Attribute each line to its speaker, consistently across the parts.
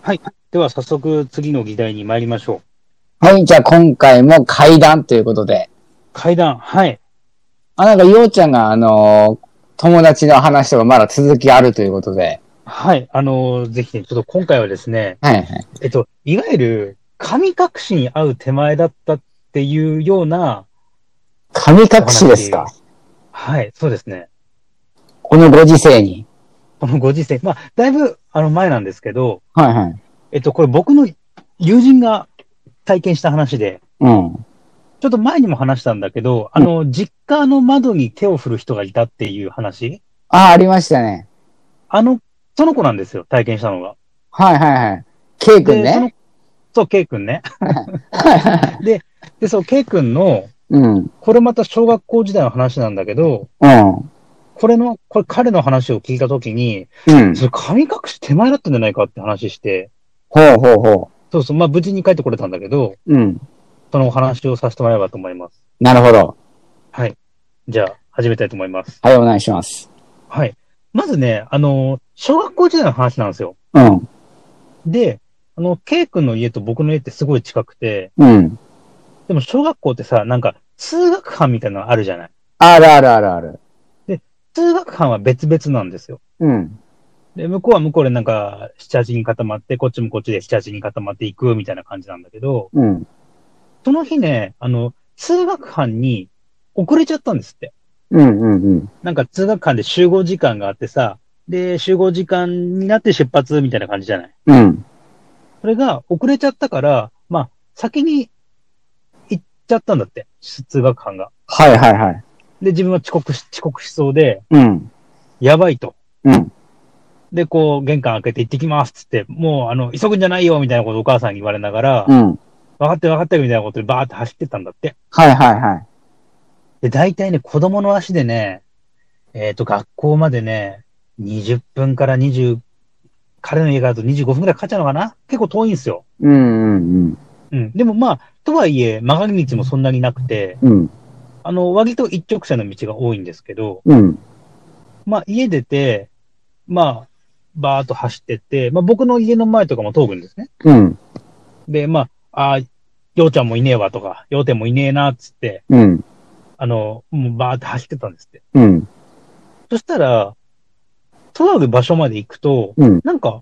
Speaker 1: はい。では早速次の議題に参りましょう。
Speaker 2: はい、じゃあ今回も階段ということで。
Speaker 1: 階段。はい。
Speaker 2: なんか、ようちゃんが、友達の話とかまだ続きあるということで。
Speaker 1: はい。ぜひね、ちょっと今回はですね、
Speaker 2: はいはい。
Speaker 1: いわゆる神隠しに会う手前だったっていうようなお
Speaker 2: 神隠しですか？
Speaker 1: 話。はい。そうですね。
Speaker 2: このご時世に。
Speaker 1: このご時世。まあ、だいぶ前なんですけど、
Speaker 2: はいはい。
Speaker 1: これ僕の友人が体験した話で、
Speaker 2: うん。
Speaker 1: ちょっと前にも話したんだけど、
Speaker 2: うん。
Speaker 1: 実家の窓に手を振る人がいたっていう話。
Speaker 2: ああ、ありましたね。
Speaker 1: あの、その子なんですよ。体験したのが。
Speaker 2: はいはいはい。K 君
Speaker 1: で、
Speaker 2: ね。
Speaker 1: そう、K 君ね。
Speaker 2: はいはいはい。
Speaker 1: で、そう、K 君の、
Speaker 2: うん。
Speaker 1: これまた小学校時代の話なんだけど、
Speaker 2: うん。
Speaker 1: これ彼の話を聞いたときに、
Speaker 2: うん。
Speaker 1: それ神隠し手前だったんじゃないかって話して、
Speaker 2: ほうほうほ
Speaker 1: そうそう、まあ無事に帰ってこれたんだけど、
Speaker 2: う。うん。
Speaker 1: そのお話をさせてもらえればと思います。
Speaker 2: なるほど。
Speaker 1: はい。じゃあ、始めたいと思います。
Speaker 2: はい、お願いします。
Speaker 1: はい。まずね、小学校時代の話なんですよ。
Speaker 2: うん。
Speaker 1: で、K 君の家と僕の家ってすごい近くて、
Speaker 2: うん。
Speaker 1: でも小学校ってさ、なんか通学班みたいなのあるじゃない。
Speaker 2: あるあるあるある。
Speaker 1: で、通学班は別々なんですよ。
Speaker 2: うん。
Speaker 1: で、向こうは向こうでなんか、7、8人固まって、こっちもこっちで7、8人固まっていくみたいな感じなんだけど、
Speaker 2: うん。
Speaker 1: その日ね、通学班に遅れちゃったんですって。
Speaker 2: うんうんうん。
Speaker 1: なんか通学班で集合時間があってさ、で、集合時間になって出発みたいな感じじゃない。
Speaker 2: うん。
Speaker 1: それが遅れちゃったから、まあ、先に行っちゃったんだって、通学班が。
Speaker 2: はいはいはい。
Speaker 1: で、自分は遅刻しそうで、
Speaker 2: うん。
Speaker 1: やばいと。
Speaker 2: うん。
Speaker 1: で、こう、玄関開けて行ってきますっつって、もう、急ぐんじゃないよみたいなことをお母さんに言われながら、
Speaker 2: うん。
Speaker 1: 分かってる分かってるみたいなことでバーって走ってったんだって。
Speaker 2: はいはいはい。
Speaker 1: で、大体ね、子供の足でね、学校までね、20分から20、彼の家があると25分くらいかかっちゃうのかな。結構遠いんですよ。
Speaker 2: うんうん
Speaker 1: うん。でもまあ、とはいえ、曲がり道もそんなになくて、
Speaker 2: うん。うん。
Speaker 1: 割と一直線の道が多いんですけど、
Speaker 2: うん。
Speaker 1: まあ、家出て、まあ、バーっと走ってって、まあ、僕の家の前とかも通るんですね。
Speaker 2: うん。
Speaker 1: で、まあ、ようちゃんもいねえわとか、ようてんもいねえな、っつって、
Speaker 2: うん。
Speaker 1: もうバーって走ってたんですって。
Speaker 2: うん。
Speaker 1: そしたら、とある場所まで行くと、
Speaker 2: うん。
Speaker 1: なんか、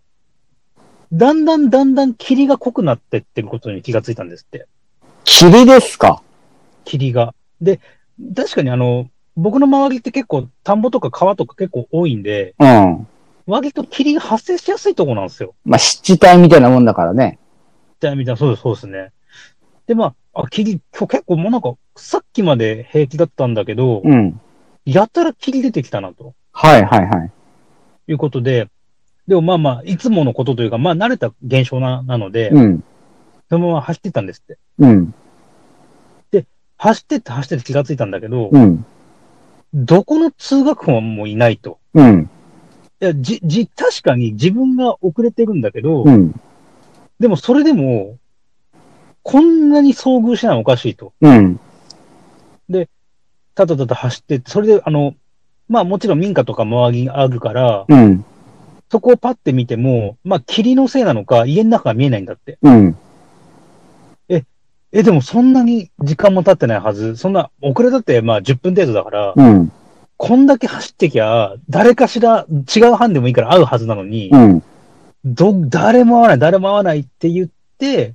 Speaker 1: だんだん霧が濃くなってってることに気がついたんですって。
Speaker 2: 霧ですか？
Speaker 1: 霧が。で、確かに僕の周りって結構田んぼとか川とか結構多いんで、
Speaker 2: うん。
Speaker 1: 割と霧が発生しやすいところなんですよ。
Speaker 2: まあ、湿地帯みたいなもんだからね。
Speaker 1: みたいな、そうですね。で、まあ、今日結構もうなんか、さっきまで平気だったんだけど、
Speaker 2: うん。
Speaker 1: やたら霧出てきたな、と
Speaker 2: はいはいはい。
Speaker 1: いうことで、でもまあまあ、いつものことというか、まあ慣れた現象なので、
Speaker 2: うん。
Speaker 1: そのまま走ってったんですって。
Speaker 2: うん。
Speaker 1: で、走ってって気がついたんだけど、
Speaker 2: うん。
Speaker 1: どこの通学班はもういないと。
Speaker 2: うん。
Speaker 1: いや、確かに自分が遅れてるんだけど、
Speaker 2: うん。
Speaker 1: でもそれでも、こんなに遭遇しないのおかしいと。
Speaker 2: うん。
Speaker 1: で、ただただ走ってって、それでまあもちろん民家とか周りにあるから、
Speaker 2: うん。
Speaker 1: そこをパッて見ても、まあ霧のせいなのか、家の中が見えないんだって。
Speaker 2: うん。
Speaker 1: え、でもそんなに時間も経ってないはず。そんな、遅れだってまあ10分程度だから、
Speaker 2: うん。
Speaker 1: こんだけ走ってきゃ、誰かしら違う班でもいいから会うはずなのに、
Speaker 2: うん。
Speaker 1: 誰も会わないって言って、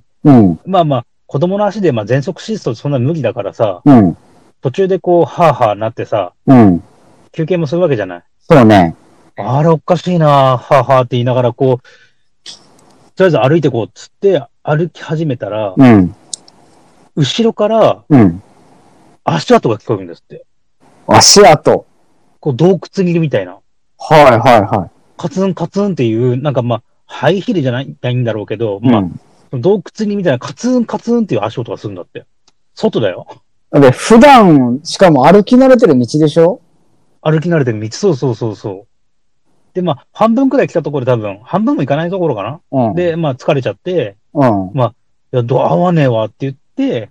Speaker 2: うん。
Speaker 1: まあまあ、子供の足でまあ全速疾走そんな無理だからさ、
Speaker 2: うん。
Speaker 1: 途中でこう、はぁはぁなってさ、
Speaker 2: うん。
Speaker 1: 休憩もするわけじゃない。
Speaker 2: そうね。
Speaker 1: あれおかしいなぁ、はぁはぁって言いながらこう、とりあえず歩いてこうっつって歩き始めたら、
Speaker 2: うん。
Speaker 1: 後ろから
Speaker 2: うん。
Speaker 1: 足音が聞こえるんですって。
Speaker 2: 足跡。
Speaker 1: こう洞窟にいるみたいな。
Speaker 2: はいはいは
Speaker 1: カツンカツンっていう、なんかまあ、ハイヒールじゃないんだろうけど、
Speaker 2: い。う
Speaker 1: ま
Speaker 2: ん。
Speaker 1: あ、洞窟にみたいなカツンカツンっていう足音がするんだって。外だよ。
Speaker 2: で、普段、しかも歩き慣れてる道でしょ？
Speaker 1: 歩き慣れてる道。そう。で、まあ、半分くらい来たところで多分、半分も行かないところかな。
Speaker 2: うん。
Speaker 1: で、まあ、疲れちゃって、
Speaker 2: うん。
Speaker 1: まあ、いや、合わねえわって言って、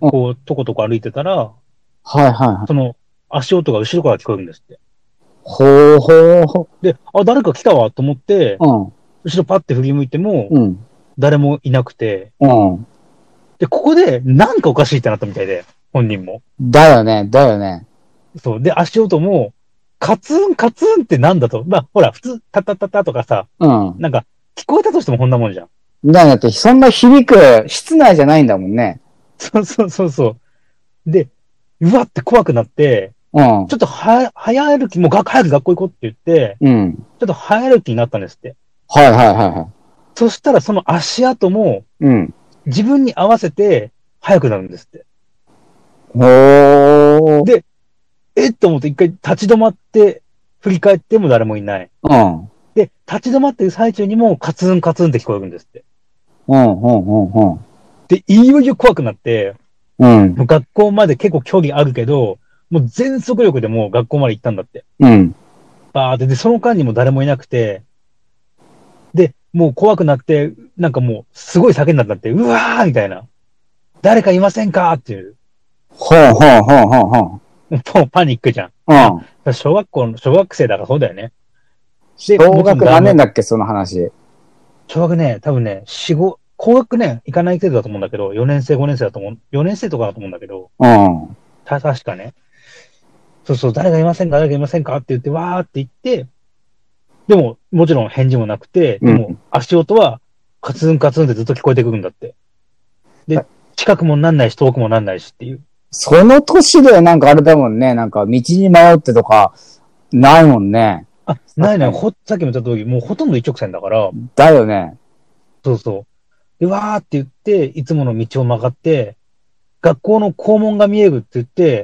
Speaker 2: うん。
Speaker 1: こう、とことこ歩いてたら、
Speaker 2: はいはいはい。
Speaker 1: その、足音が後ろから聞こえるんですって。
Speaker 2: ほうほうほ
Speaker 1: で、誰か来たわと思って、
Speaker 2: う。うん。
Speaker 1: 後ろパッて振り向いても、
Speaker 2: うん。
Speaker 1: 誰もいなくて、
Speaker 2: うん。
Speaker 1: で、ここでなんかおかしいってなったみたいで、本人も。
Speaker 2: だよね、だよね。
Speaker 1: そう。で、足音も、カツンカツンってなんだと。まあ、ほら、普通、タタタタとかさ、
Speaker 2: うん。
Speaker 1: なんか、聞こえたとしてもこんなもんじゃん。
Speaker 2: だって、そんな響く室内じゃないんだもんね。
Speaker 1: そうそうそうそう。で、うわって怖くなって、
Speaker 2: うん。
Speaker 1: ちょっと早歩き、もう早く学校行こうって言って、
Speaker 2: うん。
Speaker 1: ちょっと早歩きになったんですって。
Speaker 2: はいはいはいは
Speaker 1: そしたらその足跡も
Speaker 2: い。うん。
Speaker 1: 自分に合わせて速くなるんですって。
Speaker 2: ほー。
Speaker 1: で、えっと思って一回立ち止まって振り返っても誰もいない。
Speaker 2: うん。
Speaker 1: で、立ち止まってる最中にもカツンカツンって聞こえるんですって。
Speaker 2: うん、うん、うん、
Speaker 1: で、いよいよ怖くなって、
Speaker 2: うん。
Speaker 1: もう学校まで結構距離あるけど、もう全速力でもう学校まで行ったんだって。
Speaker 2: うん。
Speaker 1: バーって、で、その間にも誰もいなくて、で、もう怖くなって、なんかもうすごい叫んだんだって、うわーみたいな。誰かいませんかっていう。
Speaker 2: ほうほうほうほうほう。
Speaker 1: もうパニックじゃん。
Speaker 2: うん。
Speaker 1: 小学生だからそうだよね。で、
Speaker 2: 小
Speaker 1: もちろん
Speaker 2: 学
Speaker 1: 誰も、
Speaker 2: 何年だっけ、その話。
Speaker 1: 小学ね、多分ね、高学年行かない程度だと思うんだけど、4年生、5年生だと思う、4年生とかだと思うんだけど、
Speaker 2: うん。
Speaker 1: 確かね。そうそう、誰がいませんか誰がいませんかって言って、わーって言って、でも、もちろん返事もなくて、でも、
Speaker 2: うん。
Speaker 1: 足音は、カツンカツンってずっと聞こえてくるんだって。で、近くもなんないし、遠くもなんないしっていう。
Speaker 2: その年でなんかあれだもんね。なんか道に迷ってとか、ないもんね。
Speaker 1: あ、ないない、
Speaker 2: 確かに。
Speaker 1: さっきも言った通り、もうほとんど一直線だから、
Speaker 2: だよね。
Speaker 1: そうそう。で、わーって言って、いつもの道を曲がって、学校の校門が見えるって言って、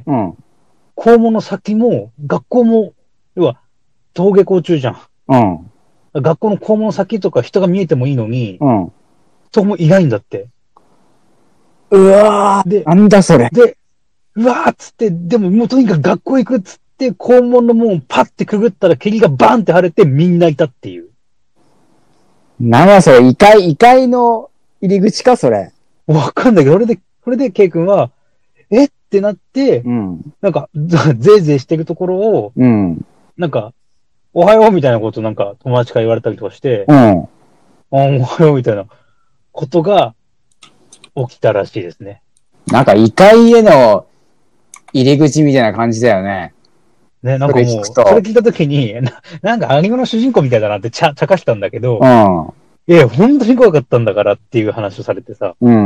Speaker 2: うん。
Speaker 1: 校門の先も、学校も、要は、登下校中じゃん。
Speaker 2: うん。
Speaker 1: 学校の校門の先とか人が見えてもいいのに、
Speaker 2: うん。
Speaker 1: そこもいないんだって。
Speaker 2: うわー。
Speaker 1: で、
Speaker 2: なんだそれ。
Speaker 1: で、うわーっつって、でももうとにかく学校行くっつって、校門の門をパッてくぐったら霧がバンって晴れてみんないたっていう。
Speaker 2: なんだそれ。異界の入り口か、それ。
Speaker 1: わかんないけど、それで、ケイ君は、えってなって、
Speaker 2: うん。
Speaker 1: なんか、ぜいぜいしてるところを、
Speaker 2: うん。
Speaker 1: なんか、おはようみたいなことなんか友達から言われたりとかして、
Speaker 2: うん。
Speaker 1: おはようみたいなことが起きたらしいですね。
Speaker 2: なんか異界への入り口みたいな感じだよね。
Speaker 1: ね、なん
Speaker 2: それ聞
Speaker 1: かもう、それ
Speaker 2: くと。
Speaker 1: 聞いたときに、なんかアニメの主人公みたいだなって茶化したんだけど、
Speaker 2: うん。
Speaker 1: いや、本当に怖かったんだからっていう話をされてさ、
Speaker 2: うん。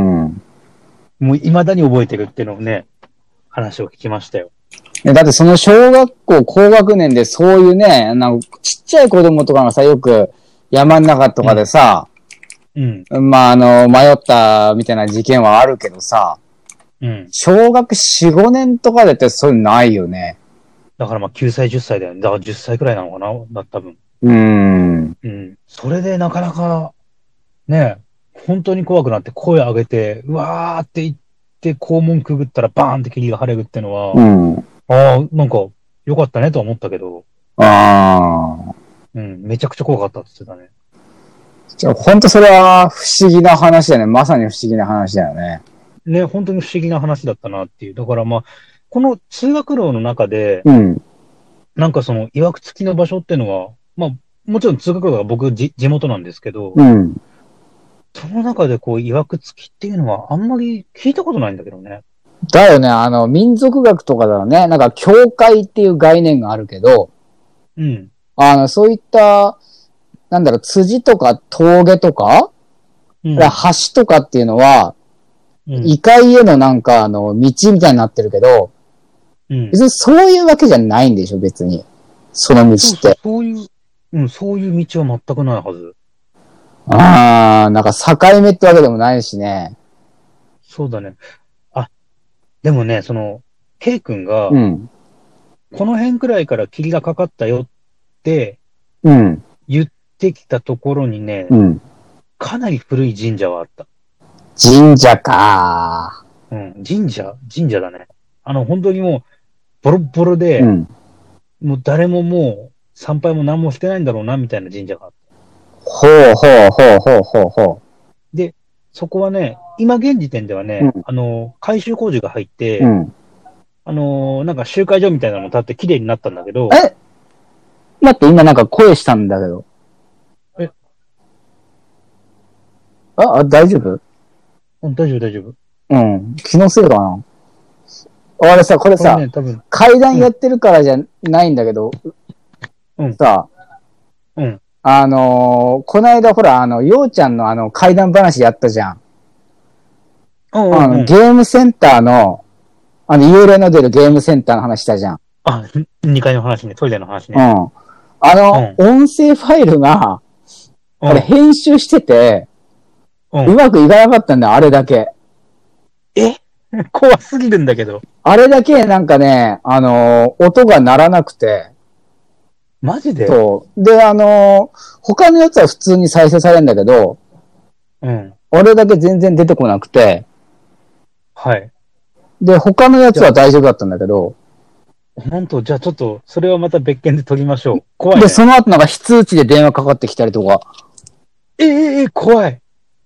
Speaker 1: もう未だに覚えてるっていうのをね、話を聞きましたよ。
Speaker 2: だってその小学校高学年でそういうね、なんかちっちゃい子供とかがさ、よく山の中とかでさ、
Speaker 1: うん。
Speaker 2: まあ迷ったみたいな事件はあるけどさ、
Speaker 1: うん。
Speaker 2: 小学4、5年とかでってそういうのないよね。
Speaker 1: だからまあ9歳、10歳だよね。だから10歳くらいなのかな多分。
Speaker 2: うん。
Speaker 1: うん。それでなかなか、ね、本当に怖くなって声上げて、うわーって言って校門くぐったらバーンって霧が晴れるってのは、
Speaker 2: うん。
Speaker 1: ああ、なんか良かったねとは思ったけど、
Speaker 2: ああ。
Speaker 1: うん、めちゃくちゃ怖かったって言ってたね。
Speaker 2: 本当それは不思議な話だよね。まさに不思議な話だよね。
Speaker 1: ね、本当に不思議な話だったなっていう。だからまあ、この通学路の中で、
Speaker 2: うん。
Speaker 1: なんかその、曰く付きの場所っていうのは、まあ、もちろん通学路が僕地元なんですけど、
Speaker 2: うん。
Speaker 1: その中でこう、曰く付きっていうのはあんまり聞いたことないんだけどね。
Speaker 2: だよね。民族学とかだよね。なんか、教会っていう概念があるけど、
Speaker 1: うん。
Speaker 2: そういった、なんだろう、辻とか峠とか、
Speaker 1: うん。
Speaker 2: 橋とかっていうのは、
Speaker 1: うん。
Speaker 2: 異界へのなんか、道みたいになってるけど、
Speaker 1: うん。
Speaker 2: 別にそういうわけじゃないんでしょ、別に。その道
Speaker 1: そうそう、
Speaker 2: って。
Speaker 1: そういう道は全くないはず。
Speaker 2: なんか境目ってわけでもないしね。
Speaker 1: そうだね。あ、でもね、その、K 君が、
Speaker 2: うん。
Speaker 1: この辺くらいから霧がかかったよって
Speaker 2: うん。
Speaker 1: 言ってきたところにね、
Speaker 2: うん。
Speaker 1: かなり古い神社はあった。
Speaker 2: 神社か。
Speaker 1: うん、神社だね。本当にもう、ボロボロで、
Speaker 2: うん。
Speaker 1: もう誰ももう、参拝も何もしてないんだろうな、みたいな神社があった。
Speaker 2: ほうほうほうほうほうほ
Speaker 1: で、そこはね、今現時点ではね、
Speaker 2: うん
Speaker 1: 改修工事が入っ
Speaker 2: う。う
Speaker 1: て、
Speaker 2: ん。
Speaker 1: なんか集会所みたいなの建って綺麗になったんだけど、
Speaker 2: え待って、今なんか声したんだけど。
Speaker 1: え、
Speaker 2: 大丈夫？
Speaker 1: うん、大丈夫、大丈夫。
Speaker 2: うん。気のせいかな。俺さ、これさ、
Speaker 1: これね、多分、
Speaker 2: 階段やってるからじゃないんだけど、
Speaker 1: うん
Speaker 2: さ、
Speaker 1: うん。
Speaker 2: この間ほら、ようちゃんの階段話やったじゃん。
Speaker 1: うんうんうん。
Speaker 2: ゲームセンターの、幽霊の出るゲームセンターの話したじゃん。
Speaker 1: あ、2階の話ね、トイレの話
Speaker 2: う
Speaker 1: ね。
Speaker 2: ん。音声ファイルが、
Speaker 1: うん。
Speaker 2: 俺編集してて、
Speaker 1: う。
Speaker 2: うんまくいかなかったんだよ、あれだけ。
Speaker 1: 怖すぎるんだけど。
Speaker 2: あれだけなんかね、音が鳴らなくて。
Speaker 1: マジで？
Speaker 2: そう。で、他のやつは普通に再生されるんだけど、
Speaker 1: うん。
Speaker 2: 俺だけ全然出てこなくて。
Speaker 1: はい。
Speaker 2: で、他のやつは大丈夫だったんだけど。
Speaker 1: 本当？じゃあちょっと、それはまた別件で撮りましょう。怖いね。
Speaker 2: で、その後なんか非通知で電話かかってきたりとか。
Speaker 1: 怖い。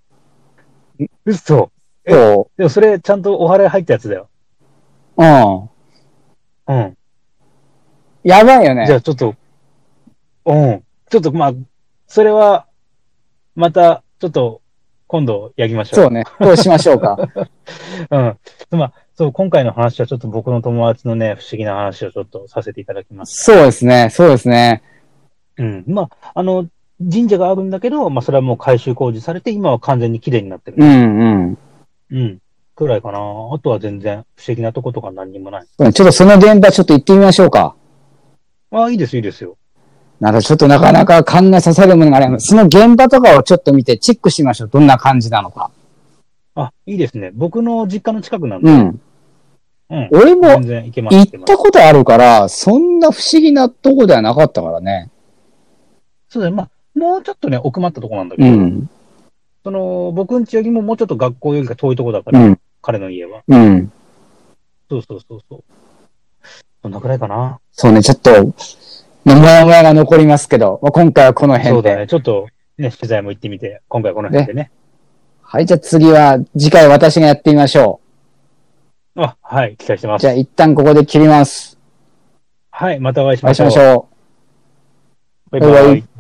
Speaker 1: 嘘。
Speaker 2: そ
Speaker 1: でもそれちゃんとお払い入ったやつだよ。
Speaker 2: う。うん。
Speaker 1: うん。
Speaker 2: やばいよね。
Speaker 1: じゃあちょっと、うん。ちょっとまあ、それは、また、ちょっと、今度やりましょう。
Speaker 2: そうね。そうしましょうか。
Speaker 1: うん。まあ、そう、今回の話はちょっと僕の友達のね、不思議な話をちょっとさせていただきます。
Speaker 2: そうですね。そうですね。
Speaker 1: うん。まあ、神社があるんだけど、まあ、それはもう改修工事されて、今は完全に綺麗になってる。
Speaker 2: うんうん。
Speaker 1: うん。くらいかな。あとは全然不思議なとことか何にもない。
Speaker 2: ちょっとその現場ちょっと行ってみましょうか。
Speaker 1: ああ、いいです、いいですよ。
Speaker 2: なんかちょっとなかなか考えさせるものがあります。その現場とかをちょっと見てチェックしましょう。どんな感じなのか。
Speaker 1: あ、いいですね。僕の実家の近くなんで。
Speaker 2: うん。
Speaker 1: うん。
Speaker 2: 俺も
Speaker 1: 全然行けます。
Speaker 2: 行ったことあるから、そんな不思議なとこではなかったからね。
Speaker 1: そうだね。まあ、もうちょっとね、奥まったとこなんだけど、
Speaker 2: うん。
Speaker 1: 僕ん家よりももうちょっと学校よりか遠いとこだから、
Speaker 2: うん。
Speaker 1: 彼の家は。
Speaker 2: うん。
Speaker 1: そう。そんなくらいかな。
Speaker 2: そうね、ちょっと、もやもやが残りますけど、今回はこの辺で。
Speaker 1: そうだね。ちょっと、ね、取材も行ってみて、今回はこの辺でね。
Speaker 2: はい、じゃあ次は、次回私がやってみましょ
Speaker 1: あ、はい、期待してま
Speaker 2: う。
Speaker 1: す。
Speaker 2: じゃあ一旦ここで切ります。
Speaker 1: はい、またお会いし
Speaker 2: お会いし
Speaker 1: ましょう。
Speaker 2: ましょう。
Speaker 1: バイバイ。